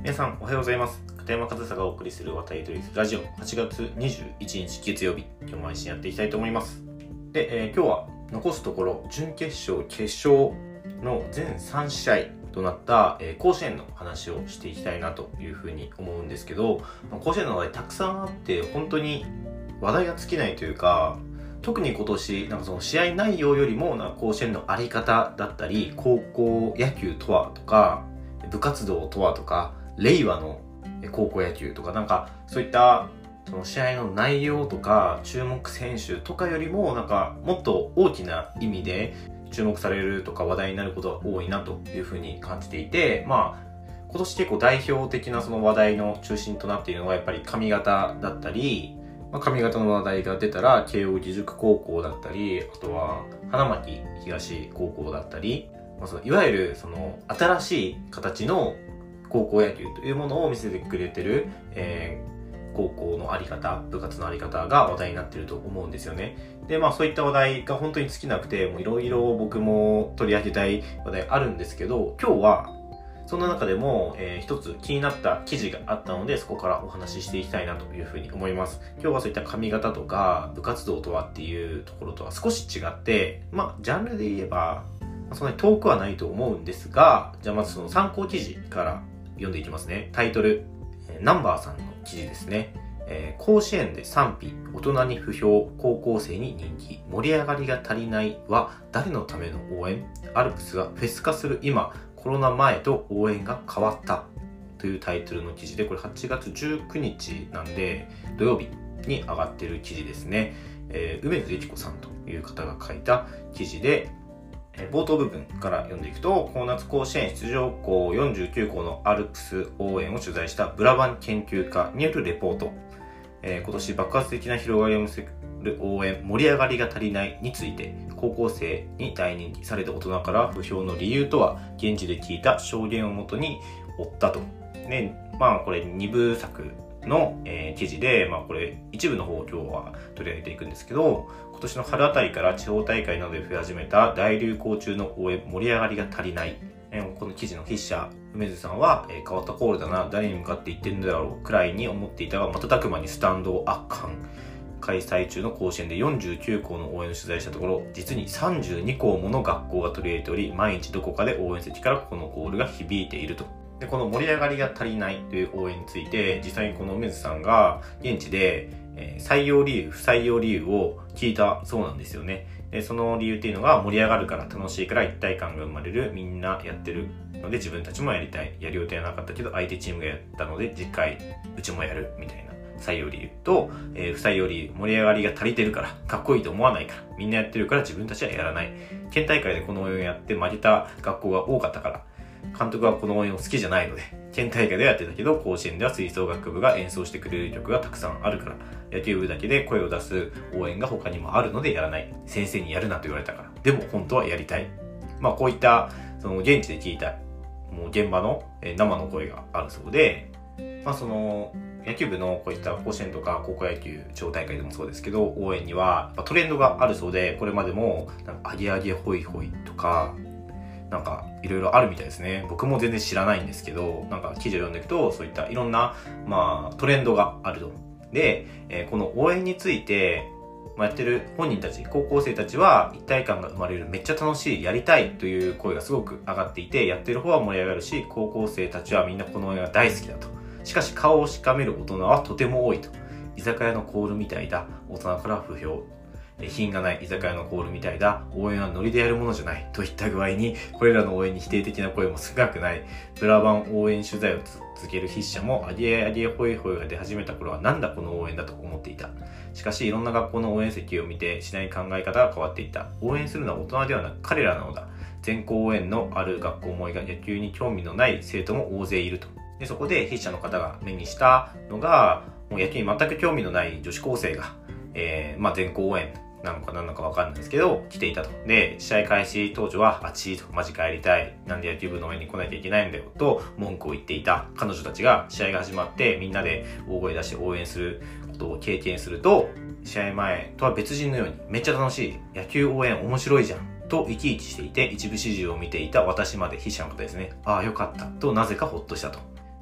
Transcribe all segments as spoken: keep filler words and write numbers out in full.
皆さんおはようございます。片山和沙がお送りする渡り鳥ラジオはちがつにじゅういちにち月曜日、今日も配信やっていきたいと思います。で、えー、今日は残すところ準決勝決勝の全さんしあいとなった、えー、甲子園の話をしていきたいなというふうに思うんですけど、まあ、甲子園の話題たくさんあって本当に話題が尽きないというか、特に今年なんかその試合内容よりもなんか甲子園のあり方だったり、高校野球とはとか部活動とはとか、令和の高校野球とか、なんかそういったその試合の内容とか注目選手とかよりもなんかもっと大きな意味で注目されるとか話題になることが多いなというふうに感じていて、まあ今年結構代表的なその話題の中心となっているのがやっぱり髪型だったり、まあ、髪型の話題が出たら慶應義塾高校だったり、あとは花巻東高校だったり、まあ、そのいわゆるその新しい形の高校野球というものを見せてくれてる、えー、高校のあり方、部活のあり方が話題になっていると思うんですよね。で、まあそういった話題が本当に尽きなくて、もういろいろ僕も取り上げたい話題あるんですけど、今日はそんな中でも、えー、一つ気になった記事があったので、そこからお話ししていきたいなというふうに思います。今日はそういった髪型とか部活動とはっていうところとは少し違って、まあジャンルで言えばそんなに遠くはないと思うんですが、じゃあまずその参考記事から読んでいきますね。タイトル、ナンバーさんの記事ですね。えー、甲子園で賛否、大人に不評、高校生に人気、盛り上がりが足りないは誰のための応援？アルプスがフェス化する今、コロナ前と応援が変わったというタイトルの記事で、これはちがつじゅうくにちなんで土曜日に上がっている記事ですね。えー、梅津由紀子さんという方が書いた記事で、冒頭部分から読んでいくと、この夏甲子園出場校よんじゅうきゅうこうのアルプス応援を取材したブラバン研究家によるレポート、えー、今年爆発的な広がりを見せる応援、盛り上がりが足りないについて、高校生に大人気された大人から不評の理由とは、現地で聞いた証言をもとに追ったと。ね、まあこれにぶさくの、えー、記事で、まあこれ一部の方を今日は取り上げていくんですけど、今年の春あたりから地方大会などで増え始めた大流行中の応援、盛り上がりが足りない。えー、この記事の筆者梅津さんは、えー、変わったコールだな、誰に向かって言ってるんだろうくらいに思っていたが、瞬く間にスタンドを圧巻。開催中の甲子園でよんじゅうきゅうこうの応援を取材したところ、実にさんじゅうにこうもの学校が取り入れており、毎日どこかで応援席からこのコールが響いていると。で、この盛り上がりが足りないという応援について、実際にこの梅津さんが現地で、えー、採用理由、不採用理由を聞いたそうなんですよね。で、その理由っていうのが、盛り上がるから、楽しいから、一体感が生まれる、みんなやってるので自分たちもやりたい、やる予定はなかったけど相手チームがやったので次回うちもやるみたいな採用理由と、えー、不採用理由、盛り上がりが足りてるから、かっこいいと思わないから、みんなやってるから自分たちはやらない、県大会でこの応援をやって負けた学校が多かったから、監督はこの応援を好きじゃないので、県大会ではやってたけど甲子園では吹奏楽部が演奏してくれる曲がたくさんあるから、野球部だけで声を出す応援が他にもあるのでやらない、先生にやるなと言われたから、でも本当はやりたい。まあこういったその現地で聞いたもう現場の生の声があるそうで、まあその野球部のこういった甲子園とか高校野球地方大会でもそうですけど、応援にはトレンドがあるそうで、これまでもなんかアゲアゲホイホイとかなんかいろいろあるみたいですね。僕も全然知らないんですけど、なんか記事を読んでいくとそういったいろんなまあトレンドがあると。で、えー、この応援についてまあ、やってる本人たち、高校生たちは一体感が生まれる、めっちゃ楽しい、やりたいという声がすごく上がっていて、やってる方は盛り上がるし、高校生たちはみんなこの応援が大好きだと。しかし顔をしかめる大人はとても多いと。居酒屋のコールみたいだ、大人から不評。品がない居酒屋のコールみたいだ、応援はノリでやるものじゃないといった具合に、これらの応援に否定的な声も少なくない。ブラバン応援取材を続ける筆者も、アゲアゲホイホイが出始めた頃はなんだこの応援だと思っていた。しかしいろんな学校の応援席を見て次第に考え方が変わっていった。応援するのは大人ではなく彼らなのだ。全校応援のある学校思いが野球に興味のない生徒も大勢いると。で、そこで筆者の方が目にしたのが、もう野球に全く興味のない女子高生が、えー、まあ全校応援なのか何なのか分かんないですけど来ていたと。で、試合開始当初はあっちとマジ帰りたい、なんで野球部の応援に来なきゃいけないんだよと文句を言っていた彼女たちが、試合が始まってみんなで大声出して応援することを経験すると、試合前とは別人のようにめっちゃ楽しい、野球応援面白いじゃんと生き生きしていて、一部始終を見ていた私まで、筆者の方ですね、ああよかったとなぜかほっとしたと。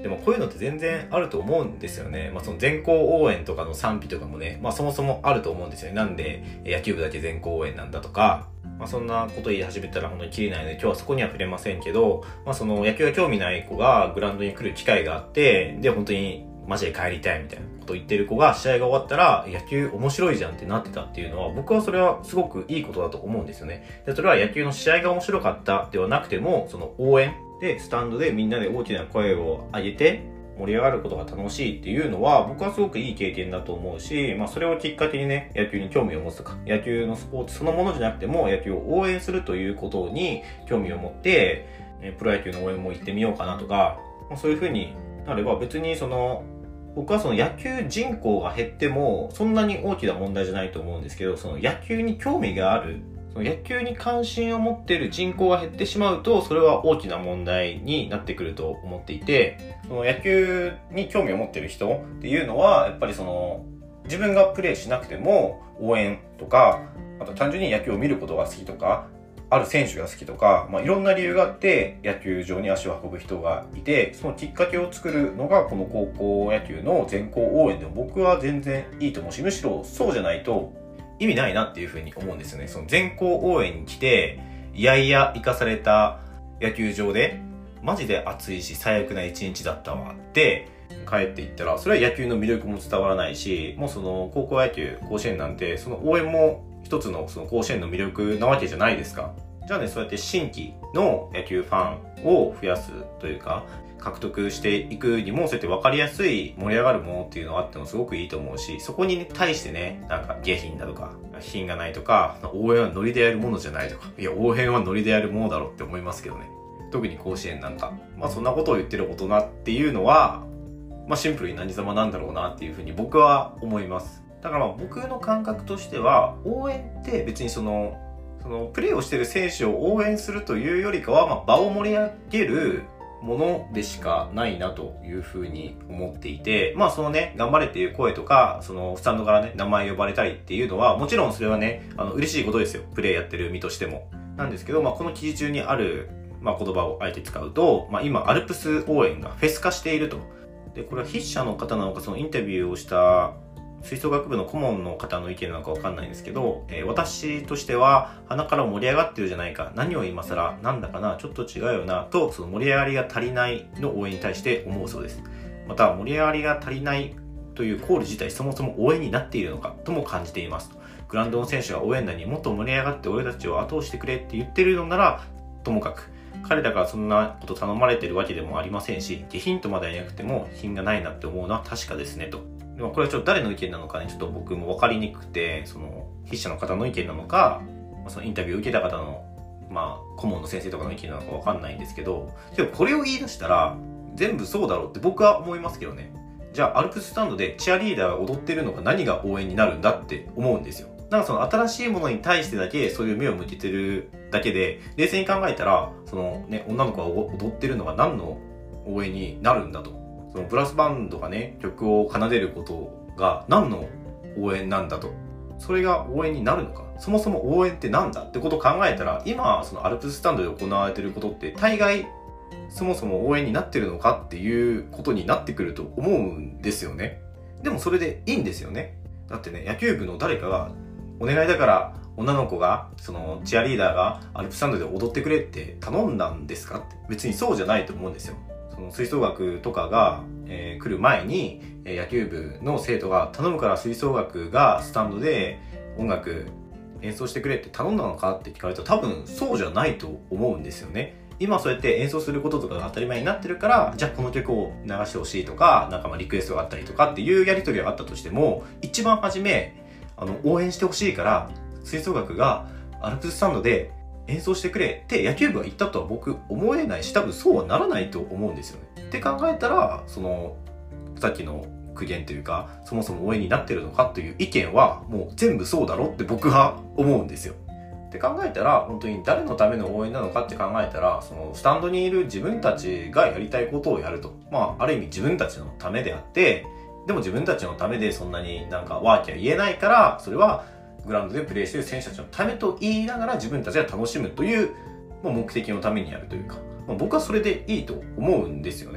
でもこういうのって全然あると思うんですよね。まあその全校応援とかの賛否とかもね、まあそもそもあると思うんですよね。なんで野球部だけ全校応援なんだとか、まあそんなこと言い始めたら本当にキリないので今日はそこには触れませんけど、まあその野球が興味ない子がグラウンドに来る機会があって、で本当にマジで帰りたいみたいなことを言ってる子が試合が終わったら野球面白いじゃんってなってたっていうのは、僕はそれはすごくいいことだと思うんですよね。でそれは野球の試合が面白かったではなくても、その応援でスタンドでみんなで大きな声を上げて盛り上がることが楽しいっていうのは僕はすごくいい経験だと思うし、まあそれをきっかけにね、野球に興味を持つとか、野球のスポーツそのものじゃなくても野球を応援するということに興味を持ってプロ野球の応援も行ってみようかなとか、まあ、そういう風になれば別にその僕はその野球人口が減ってもそんなに大きな問題じゃないと思うんですけど、その野球に興味がある、その野球に関心を持っている人口が減ってしまうと、それは大きな問題になってくると思っていて、その野球に興味を持っている人っていうのはやっぱりその自分がプレーしなくても応援とか、あと単純に野球を見ることが好きとか、ある選手が好きとか、まあ、いろんな理由があって野球場に足を運ぶ人がいて、そのきっかけを作るのがこの高校野球の全校応援でも僕は全然いいと思うし、むしろそうじゃないと意味ないなっていうふうに思うんですよね。その全校応援に来ていやいや生かされた野球場でマジで暑いし最悪な一日だったわって帰っていったら、それは野球の魅力も伝わらないし、もうその高校野球甲子園なんてその応援も一つのその甲子園の魅力なわけじゃないですか。じゃあね、そうやって新規の野球ファンを増やすというか獲得していくにも、そうやって分かりやすい盛り上がるものっていうのがあってもすごくいいと思うし、そこに対してね、なんか下品だとか品がないとか、応援はノリでやるものじゃないとか、いや応援はノリでやるものだろうって思いますけどね。特に甲子園なんか、まあそんなことを言ってる大人っていうのは、まあシンプルに何様なんだろうなっていうふうに僕は思います。だからまあ僕の感覚としては、応援って別にそのそのプレーをしている選手を応援するというよりかは、まあ、場を盛り上げるものでしかないなというふうに思っていて、まあそのね、頑張れっていう声とか、そのスタンドからね、名前呼ばれたりっていうのは、もちろんそれはね、あの嬉しいことですよ。プレーやってる身としても。なんですけど、まあこの記事中にある、まあ、言葉をあえて使うと、まあ今アルプス応援がフェス化していると。で、これは筆者の方なのか、そのインタビューをした吹奏楽部の顧問の方の意見なのかわかんないんですけど、えー、私としては鼻から盛り上がってるじゃないか、何を今更なんだかな、ちょっと違うよなと、その盛り上がりが足りないの応援に対して思うそうです。また盛り上がりが足りないというコール自体そもそも応援になっているのかとも感じていますと。グラウンドの選手が応援団にもっと盛り上がって俺たちを後押してくれって言ってるのならともかく、彼らがそんなこと頼まれてるわけでもありませんし、下品とまでは言わなくても品がないなって思うのは確かですねと。でもこれはちょっと誰の意見なのかね、ちょっと僕も分かりにくくて、その筆者の方の意見なのか、そのインタビューを受けた方のまあ顧問の先生とかの意見なのか分かんないんですけど、でもこれを言い出したら全部そうだろうって僕は思いますけどね。じゃあアルプススタンドでチアリーダーが踊ってるのが何が応援になるんだって思うんですよ。なんかその新しいものに対してだけそういう目を向けてるだけで、冷静に考えたらそのね、女の子が踊ってるのが何の応援になるんだと。そのブラスバンドがね、曲を奏でることが何の応援なんだと。それが応援になるのか。そもそも応援ってなんだってことを考えたら、今そのアルプススタンドで行われていることって大概そもそも応援になってるのかっていうことになってくると思うんですよね。でもそれでいいんですよね。だってね、野球部の誰かがお願いだから女の子がそのチアリーダーがアルプススタンドで踊ってくれって頼んだんですかって、別にそうじゃないと思うんですよ。その吹奏楽とかが、えー、来る前に、えー、野球部の生徒が頼むから吹奏楽がスタンドで音楽演奏してくれって頼んだのかって聞かれたら多分そうじゃないと思うんですよね。今そうやって演奏することとかが当たり前になってるから、じゃあこの曲を流してほしいとか、なんかまあリクエストがあったりとかっていうやり取りがあったとしても、一番初めあの応援してほしいから吹奏楽がアルプススタンドで演奏してくれって野球部が言ったとは僕思えないし、多分そうはならないと思うんですよね。って考えたら、そのさっきの苦言というか、そもそも応援になってるのかという意見はもう全部そうだろって僕は思うんですよ。って考えたら、本当に誰のための応援なのかって考えたら、そのスタンドにいる自分たちがやりたいことをやると、まあある意味自分たちのためであって、でも自分たちのためでそんなになんかワーキャー言えないから、それはグラウンドでプレーしている選手たちのためと言いながら自分たちが楽しむという目的のためにやるというか、まあ、僕はそれでいいと思うんですよね。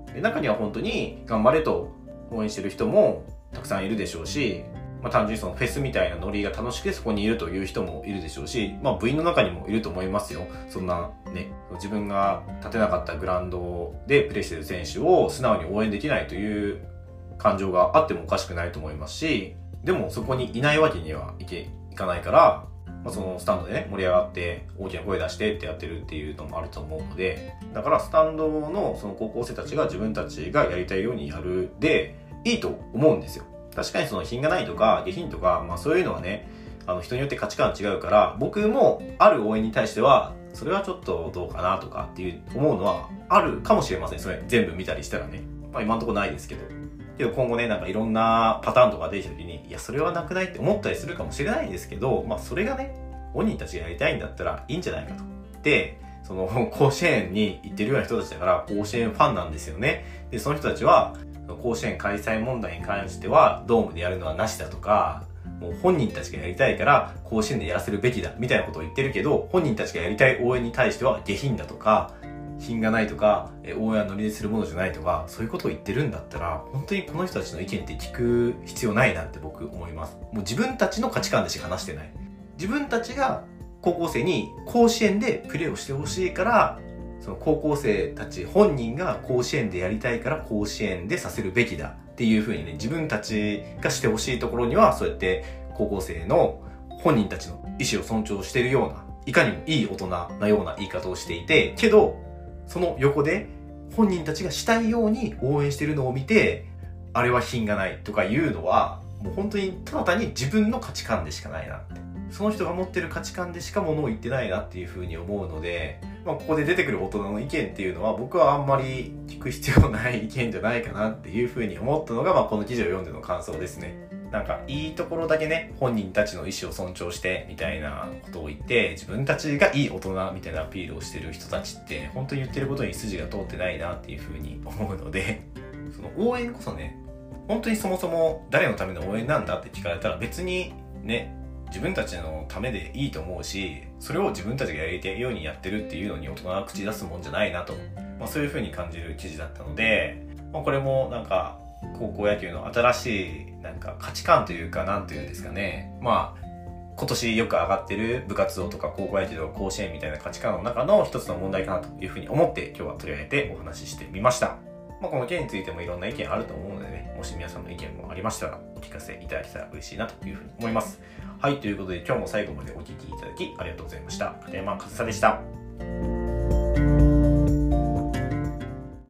で中には本当に頑張れと応援してる人もたくさんいるでしょうし、まあ、単純にそのフェスみたいなノリが楽しくてそこにいるという人もいるでしょうし、まあ、部員の中にもいると思いますよ。そんなね、自分が立てなかったグラウンドでプレーしている選手を素直に応援できないという感情があってもおかしくないと思いますし、でもそこにいないわけにはいけいかないから、まあ、そのスタンドでね盛り上がって大きな声出してってやってるっていうのもあると思うので、だからスタンドのその高校生たちが自分たちがやりたいようにやるでいいと思うんですよ。確かにその品がないとか下品とか、まあそういうのはね、あの人によって価値観違うから、僕もある応援に対してはそれはちょっとどうかなとかっていう思うのはあるかもしれません。それ全部見たりしたらね、まあ今んとこないですけど、けど今後ね、なんかいろんなパターンとか出てきた時に、いやそれはなくないって思ったりするかもしれないんですけど、まあそれがね本人たちがやりたいんだったらいいんじゃないかと。で、その甲子園に行ってるような人たちだから甲子園ファンなんですよね。でその人たちは甲子園開催問題に関してはドームでやるのはなしだとか、もう本人たちがやりたいから甲子園でやらせるべきだみたいなことを言ってるけど、本人たちがやりたい応援に対しては下品だとか品がないとか応援はノリでするものじゃないとか、そういうことを言ってるんだったら本当にこの人たちの意見って聞く必要ないなって僕思います。もう自分たちの価値観でしか話してない。自分たちが高校生に甲子園でプレーをしてほしいから、その高校生たち本人が甲子園でやりたいから甲子園でさせるべきだっていう風にね、自分たちがしてほしいところにはそうやって高校生の本人たちの意思を尊重しているような、いかにもいい大人なような言い方をしていて、けどその横で本人たちがしたいように応援してるのを見て、あれは品がないとか言うのはもう本当にただ単に自分の価値観でしかないなって、その人が持ってる価値観でしかものを言ってないなっていう風に思うので、まあ、ここで出てくる大人の意見っていうのは僕はあんまり聞く必要ない意見じゃないかなっていう風に思ったのが、まあ、この記事を読んでの感想ですね。なんかいいところだけね、本人たちの意思を尊重してみたいなことを言って、自分たちがいい大人みたいなアピールをしてる人たちって本当に言ってることに筋が通ってないなっていう風に思うので、その応援こそね、本当にそもそも誰のための応援なんだって聞かれたら別にね、自分たちのためでいいと思うし、それを自分たちがやりたいようにやってるっていうのに大人が口出すもんじゃないなと、まあ、そういう風に感じる記事だったので、まあ、これもなんか高校野球の新しいなんか価値観というか、なんというんですかね、まあ今年よく上がってる部活動とか高校野球とか甲子園みたいな価値観の中の一つの問題かなという風に思って今日は取り上げてお話ししてみました。まあ、この件についてもいろんな意見あると思うのでね、もし皆さんの意見もありましたらお聞かせいただけたら嬉しいなというふうに思います。はい、ということで今日も最後までお聞きいただきありがとうございました。片山和沙でした。